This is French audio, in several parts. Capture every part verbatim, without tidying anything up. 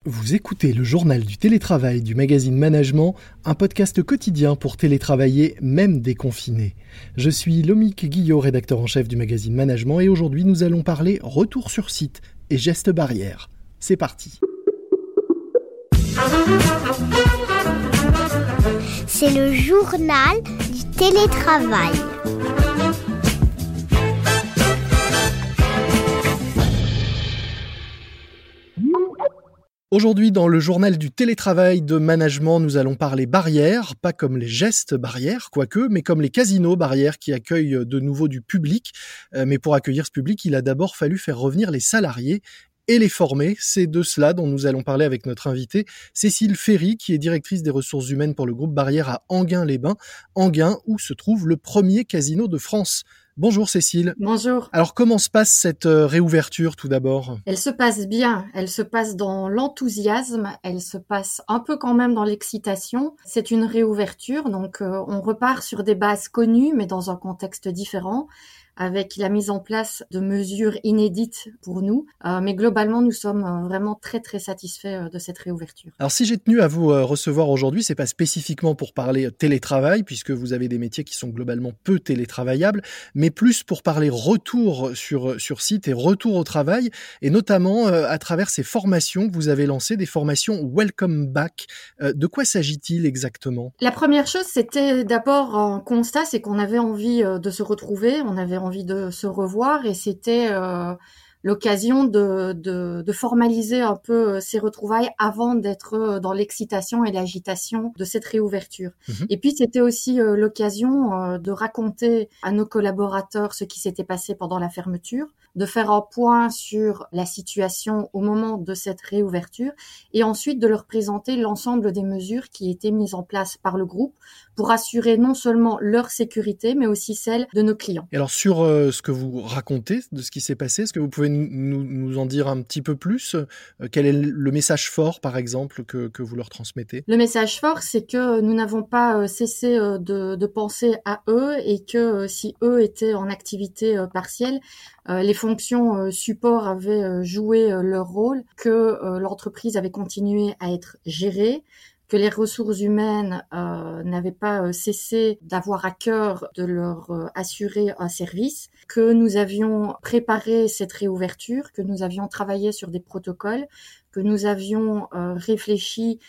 Vous écoutez le journal du télétravail du magazine Management, un podcast quotidien pour télétravailler même déconfiné. Je suis Lomique Guillot, rédacteur en chef du magazine Management, et aujourd'hui nous allons parler retour sur site et gestes barrières. C'est parti. C'est le journal du télétravail. Aujourd'hui, dans le journal du télétravail de Management, nous allons parler barrières, pas comme les gestes barrières, quoique, mais comme les casinos barrières qui accueillent de nouveau du public. Euh, mais pour accueillir ce public, il a d'abord fallu faire revenir les salariés et les former. C'est de cela dont nous allons parler avec notre invitée, Cécile Ferry, qui est directrice des ressources humaines pour le groupe Barrières à Enghien-les-Bains. Enghien, où se trouve le premier casino de France. Bonjour Cécile. Bonjour. Alors comment se passe cette réouverture tout d'abord ? Elle se passe bien, elle se passe dans l'enthousiasme, elle se passe un peu quand même dans l'excitation. C'est une réouverture, donc euh, on repart sur des bases connues mais dans un contexte différent, avec la mise en place de mesures inédites pour nous. Euh, mais globalement, nous sommes vraiment très très satisfaits de cette réouverture. Alors si j'ai tenu à vous recevoir aujourd'hui, c'est pas spécifiquement pour parler télétravail, puisque vous avez des métiers qui sont globalement peu télétravaillables, mais plus pour parler retour sur, sur site et retour au travail, et notamment euh, à travers ces formations que vous avez lancées, des formations Welcome Back. Euh, de quoi s'agit-il exactement ? La première chose, c'était d'abord un constat, c'est qu'on avait envie de se retrouver, on avait envie de se revoir, et c'était euh, l'occasion de, de, de formaliser un peu ces retrouvailles avant d'être dans l'excitation et l'agitation de cette réouverture. Mmh. Et puis c'était aussi euh, l'occasion euh, de raconter à nos collaborateurs ce qui s'était passé pendant la fermeture, de faire un point sur la situation au moment de cette réouverture et ensuite de leur présenter l'ensemble des mesures qui étaient mises en place par le groupe pour assurer non seulement leur sécurité mais aussi celle de nos clients. Et alors sur euh, ce que vous racontez de ce qui s'est passé, est-ce que vous pouvez nous, nous en dire un petit peu plus ? euh, Quel est le message fort par exemple que, que vous leur transmettez ? Le message fort, c'est que nous n'avons pas cessé de, de penser à eux et que si eux étaient en activité partielle, Euh, les fonctions euh, support avaient euh, joué euh, leur rôle, que euh, l'entreprise avait continué à être gérée, que les ressources humaines euh, n'avaient pas euh, cessé d'avoir à cœur de leur euh, assurer un service, que nous avions préparé cette réouverture, que nous avions travaillé sur des protocoles, que nous avions euh, réfléchi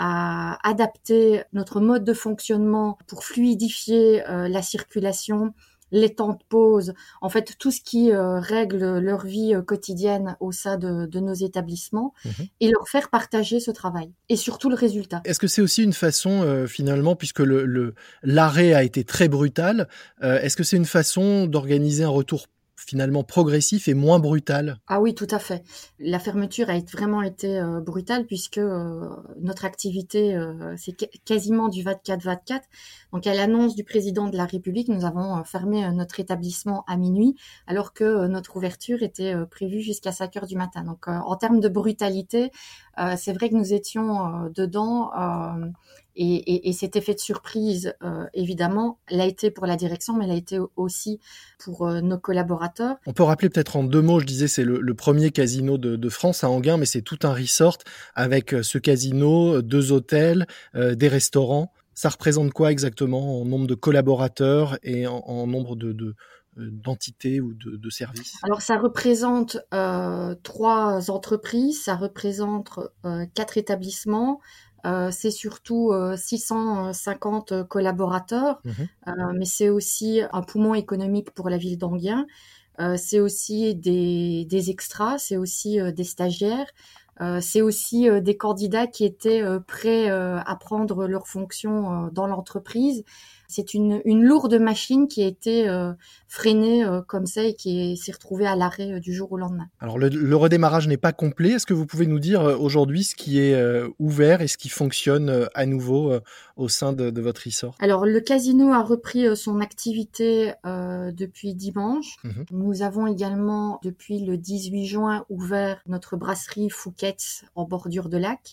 à adapter notre mode de fonctionnement pour fluidifier euh, la circulation, les temps de pause, en fait tout ce qui euh, règle leur vie euh, quotidienne au sein de, de nos établissements, mmh. et leur faire partager ce travail et surtout le résultat. Est-ce que c'est aussi une façon euh, finalement, puisque le, le, l'arrêt a été très brutal, euh, est-ce que c'est une façon d'organiser un retour finalement progressif et moins brutal ? Ah oui, tout à fait. La fermeture a vraiment été euh, brutale puisque euh, notre activité, euh, c'est qu- quasiment du vingt-quatre vingt-quatre. Donc à l'annonce du président de la République, nous avons euh, fermé euh, notre établissement à minuit alors que euh, notre ouverture était euh, prévue jusqu'à cinq heures du matin. Donc euh, en termes de brutalité, euh, c'est vrai que nous étions euh, dedans euh, et, et, et cet effet de surprise, euh, évidemment, l'a été pour la direction, mais l'a été aussi pour euh, nos collaborateurs. On peut rappeler peut-être en deux mots, je disais c'est le, le premier casino de, de France à Enghien, mais c'est tout un resort avec ce casino, deux hôtels, euh, des restaurants. Ça représente quoi exactement en nombre de collaborateurs et en, en nombre de, de, d'entités ou de, de services ? Alors ça représente euh, trois entreprises, ça représente euh, quatre établissements, euh, c'est surtout euh, six cent cinquante collaborateurs, mmh. euh, mais c'est aussi un poumon économique pour la ville d'Enghien, euh, c'est aussi des, des extras, c'est aussi euh, des stagiaires, euh, c'est aussi euh, des candidats qui étaient euh, prêts euh, à prendre leurs fonctions euh, dans l'entreprise. C'est une, une lourde machine qui a été euh, freinée euh, comme ça et qui est, s'est retrouvée à l'arrêt euh, du jour au lendemain. Alors le, le redémarrage n'est pas complet. Est-ce que vous pouvez nous dire euh, aujourd'hui ce qui est euh, ouvert et ce qui fonctionne euh, à nouveau euh, au sein de, de votre resort ? Alors le casino a repris euh, son activité euh, depuis dimanche. Mmh. Nous avons également depuis le dix-huit juin ouvert notre brasserie Fouquet's en bordure de lac.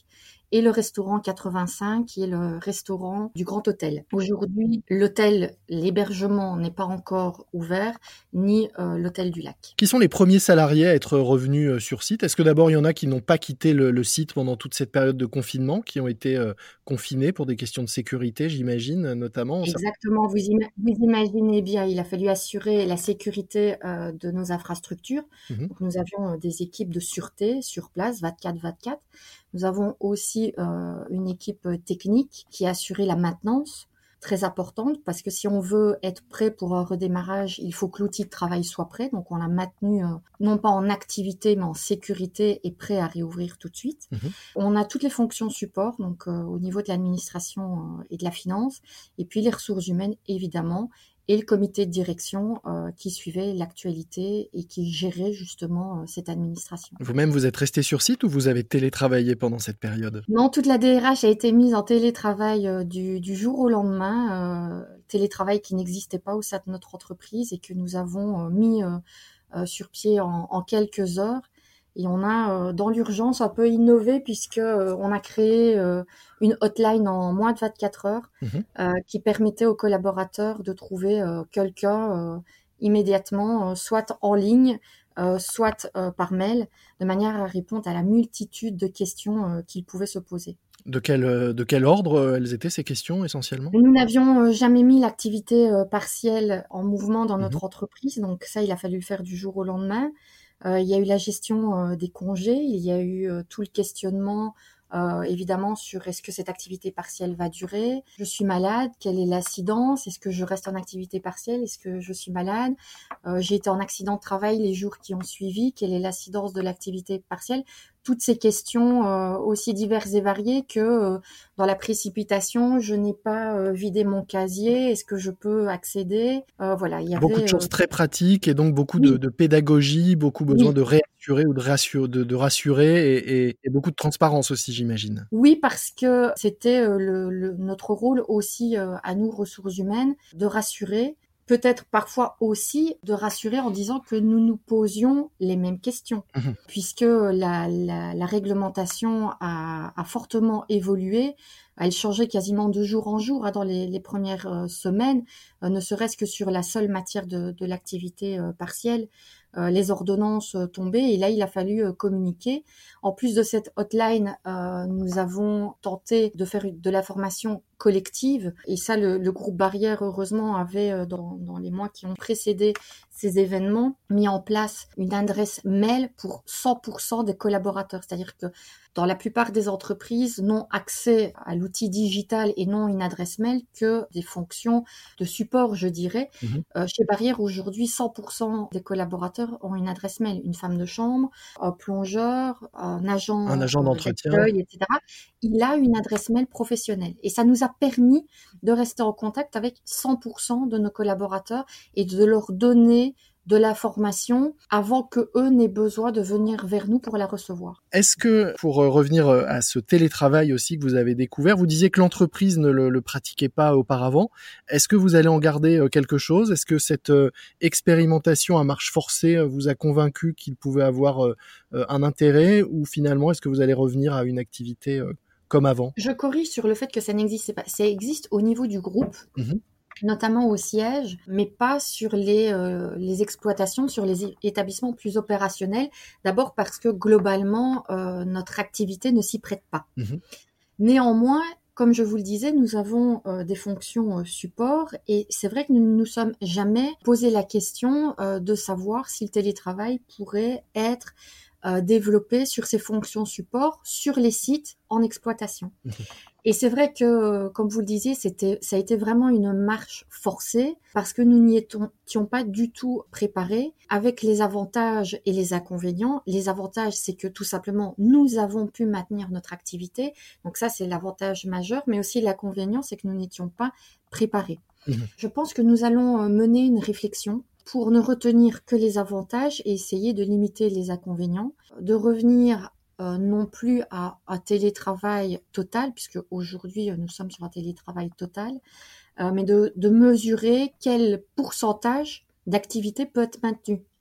et le restaurant quatre-vingt-cinq, qui est le restaurant du Grand Hôtel. Aujourd'hui, l'hôtel, l'hébergement n'est pas encore ouvert, ni euh, l'hôtel du Lac. Qui sont les premiers salariés à être revenus euh, sur site? Est-ce que d'abord, il y en a qui n'ont pas quitté le, le site pendant toute cette période de confinement, qui ont été euh, confinés pour des questions de sécurité, j'imagine, notamment? Exactement, vous, ima- vous imaginez bien, il a fallu assurer la sécurité euh, de nos infrastructures. Mhm. Donc, nous avions euh, des équipes de sûreté sur place, vingt-quatre vingt-quatre. Nous avons aussi euh, une équipe euh, technique qui a assuré la maintenance, très importante, parce que si on veut être prêt pour un redémarrage, il faut que l'outil de travail soit prêt. Donc, on l'a maintenu, euh, non pas en activité, mais en sécurité et prêt à réouvrir tout de suite. Mhm. On a toutes les fonctions support, donc euh, au niveau de l'administration euh, et de la finance, et puis les ressources humaines, évidemment, et le comité de direction euh, qui suivait l'actualité et qui gérait justement euh, cette administration. Vous-même, vous êtes resté sur site ou vous avez télétravaillé pendant cette période? Non, toute la D R H a été mise en télétravail euh, du, du jour au lendemain, euh, télétravail qui n'existait pas au sein de notre entreprise et que nous avons euh, mis euh, euh, sur pied en, en quelques heures. Et on a, euh, dans l'urgence, un peu innové puisque euh, on a créé euh, une hotline en moins de vingt-quatre heures Mhm. euh, qui permettait aux collaborateurs de trouver euh, quelqu'un euh, immédiatement, euh, soit en ligne, euh, soit euh, par mail, de manière à répondre à la multitude de questions euh, qu'ils pouvaient se poser. De quel, euh, de quel ordre euh, elles étaient, ces questions, essentiellement? Nous n'avions euh, jamais mis l'activité euh, partielle en mouvement dans Mhm. notre entreprise, donc ça, il a fallu le faire du jour au lendemain. Euh, il y a eu la gestion euh, des congés, il y a eu euh, tout le questionnement, euh, évidemment, sur est-ce que cette activité partielle va durer? Je suis malade, quelle est l'incidence? Est-ce que je reste en activité partielle? Est-ce que je suis malade? Euh, j'ai été en accident de travail les jours qui ont suivi, quelle est l'incidence de l'activité partielle? Toutes ces questions euh, aussi diverses et variées que euh, dans la précipitation, je n'ai pas euh, vidé mon casier. Est-ce que je peux accéder? euh, Voilà, il y avait Beaucoup de choses euh, très pratiques et donc beaucoup oui, de, de pédagogie, beaucoup besoin oui, de réassurer ou de, rassure- de, de rassurer et, et- et beaucoup de transparence aussi, j'imagine. oui, parce que c'était euh, le, le- notre rôle aussi euh, à nous, ressources humaines, de rassurer. Peut-être parfois aussi de rassurer en disant que nous nous posions les mêmes questions, Mhm. puisque la, la, la réglementation a, a fortement évolué. Elle changeait quasiment de jour en jour hein, dans les, les premières euh, semaines, euh, ne serait-ce que sur la seule matière de, de l'activité euh, partielle. Euh, les ordonnances euh, tombaient et là, il a fallu euh, communiquer. En plus de cette hotline, euh, nous avons tenté de faire de la formation collective et ça, le, le groupe Barrière, heureusement, avait, euh, dans, dans les mois qui ont précédé ces événements, mis en place une adresse mail pour cent pour cent des collaborateurs. C'est-à-dire que dans la plupart des entreprises, n'ont accès à l'outil digital et non une adresse mail que des fonctions de support, je dirais. Mhm. Euh, chez Barrière, aujourd'hui, cent pour cent des collaborateurs ont une adresse mail. Une femme de chambre, un plongeur, un agent, Un agent euh, d'entretien. d'accueil, et cetera. Il a une adresse mail professionnelle. Et ça nous a permis de rester en contact avec cent pour cent de nos collaborateurs et de leur donner de la formation avant que eux n'aient besoin de venir vers nous pour la recevoir. Est-ce que, pour euh, revenir euh, à ce télétravail aussi que vous avez découvert, vous disiez que l'entreprise ne le, le pratiquait pas auparavant. Est-ce que vous allez en garder euh, quelque chose? Est-ce que cette euh, expérimentation à marche forcée euh, vous a convaincu qu'il pouvait avoir euh, euh, un intérêt, ou finalement est-ce que vous allez revenir à une activité euh, comme avant? Je corrige sur le fait que ça n'existait pas. Ça existe au niveau du groupe. Mhm. Notamment au siège, mais pas sur les, euh, les exploitations, sur les établissements plus opérationnels. D'abord parce que globalement, euh, notre activité ne s'y prête pas. Mhm. Néanmoins, comme je vous le disais, nous avons euh, des fonctions euh, support et c'est vrai que nous ne nous sommes jamais posé la question euh, de savoir si le télétravail pourrait être euh, développé sur ces fonctions support sur les sites en exploitation. Mhm. Et c'est vrai que, comme vous le disiez, c'était, ça a été vraiment une marche forcée parce que nous n'y étions pas du tout préparés avec les avantages et les inconvénients. Les avantages, c'est que tout simplement, nous avons pu maintenir notre activité. Donc ça, c'est l'avantage majeur. Mais aussi l'inconvénient, c'est que nous n'étions pas préparés. Mmh. Je pense que nous allons mener une réflexion pour ne retenir que les avantages et essayer de limiter les inconvénients, de revenir Euh, non plus à un télétravail total, puisque aujourd'hui nous sommes sur un télétravail total, euh, mais de, de mesurer quel pourcentage d'activité peut être maintenu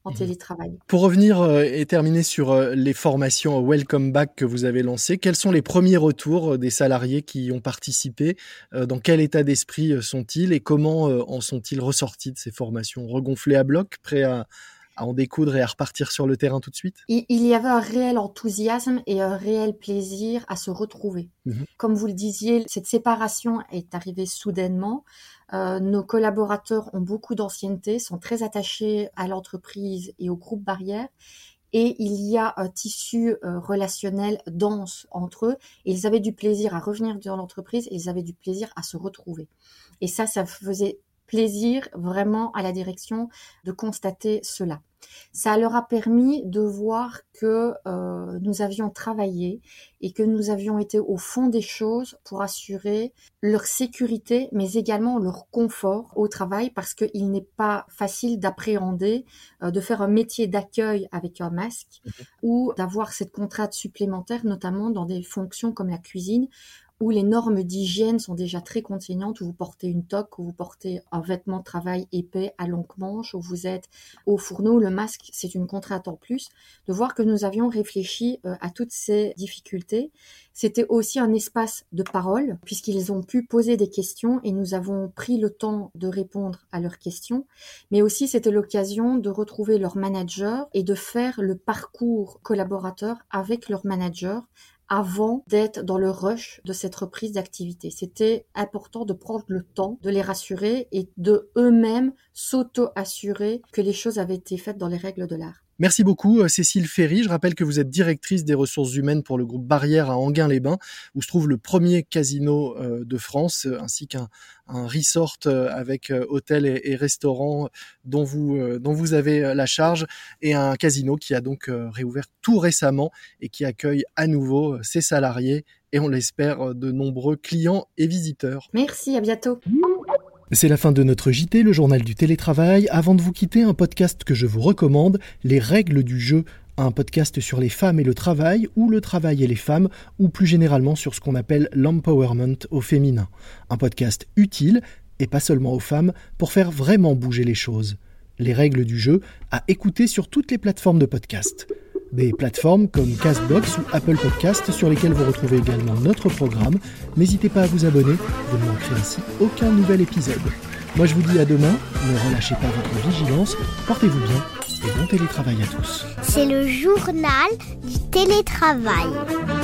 en télétravail. Pour revenir euh, et terminer sur euh, les formations Welcome Back que vous avez lancées, quels sont les premiers retours euh, des salariés qui y ont participé ? euh, Dans quel état d'esprit euh, sont-ils et comment euh, en sont-ils ressortis de ces formations ? Regonflés à bloc, prêts à, à en découdre et à repartir sur le terrain tout de suite ? Il, il y avait un réel enthousiasme et un réel plaisir à se retrouver. Mmh. Comme vous le disiez, cette séparation est arrivée soudainement. Euh, nos collaborateurs ont beaucoup d'ancienneté, sont très attachés à l'entreprise et au groupe Barrière. Et il y a un tissu euh, relationnel dense entre eux. Et ils avaient du plaisir à revenir dans l'entreprise et ils avaient du plaisir à se retrouver. Et ça, ça faisait plaisir vraiment à la direction de constater cela. Ça leur a permis de voir que euh, nous avions travaillé et que nous avions été au fond des choses pour assurer leur sécurité, mais également leur confort au travail, parce qu'il n'est pas facile d'appréhender, euh, de faire un métier d'accueil avec un masque mmh. ou d'avoir cette contrainte supplémentaire, notamment dans des fonctions comme la cuisine, où les normes d'hygiène sont déjà très contraignantes, où vous portez une toque, où vous portez un vêtement de travail épais à longue manche, où vous êtes au fourneau, le masque, c'est une contrainte en plus. De voir que nous avions réfléchi euh, à toutes ces difficultés. C'était aussi un espace de parole, puisqu'ils ont pu poser des questions et nous avons pris le temps de répondre à leurs questions. Mais aussi, c'était l'occasion de retrouver leur manager et de faire le parcours collaborateur avec leur manager, avant d'être dans le rush de cette reprise d'activité. C'était important de prendre le temps de les rassurer et de eux-mêmes s'auto-assurer que les choses avaient été faites dans les règles de l'art. Merci beaucoup Cécile Ferry. Je rappelle que vous êtes directrice des ressources humaines pour le groupe Barrière à Enghien-les-Bains, où se trouve le premier casino de France, ainsi qu'un un resort avec hôtel et, et restaurant dont vous, dont vous avez la charge, et un casino qui a donc réouvert tout récemment et qui accueille à nouveau ses salariés et on l'espère de nombreux clients et visiteurs. Merci, à bientôt. C'est la fin de notre J T, le journal du télétravail. Avant de vous quitter, un podcast que je vous recommande, Les règles du jeu, un podcast sur les femmes et le travail, ou le travail et les femmes, ou plus généralement sur ce qu'on appelle l'empowerment au féminin. Un podcast utile, et pas seulement aux femmes, pour faire vraiment bouger les choses. Les règles du jeu, à écouter sur toutes les plateformes de podcast. Des plateformes comme Castbox ou Apple Podcast sur lesquelles vous retrouvez également notre programme. N'hésitez pas à vous abonner, vous ne manquerez ainsi aucun nouvel épisode. Moi je vous dis à demain, ne relâchez pas votre vigilance, portez-vous bien et bon télétravail à tous. C'est le journal du télétravail.